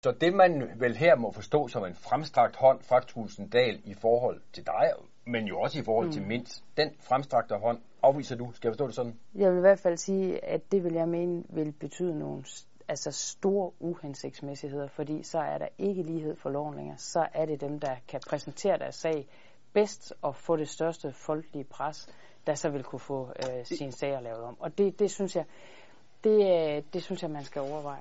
Så det man vel her må forstå som en fremstrakt hånd fra Thulesen Dahl i forhold til dig, men jo også i forhold til Mint, den fremstrakte hånd afviser du, skal jeg forstå det sådan? Jeg vil i hvert fald sige, at det vil jeg mene vil betyde nogle store uhensigtsmæssigheder, fordi så er der ikke lighed for loven længere. Så er det dem, der kan præsentere deres sag bedst og få det største folkelige pres, der så vil kunne få sine sager lavet om. Og det synes jeg, man skal overveje.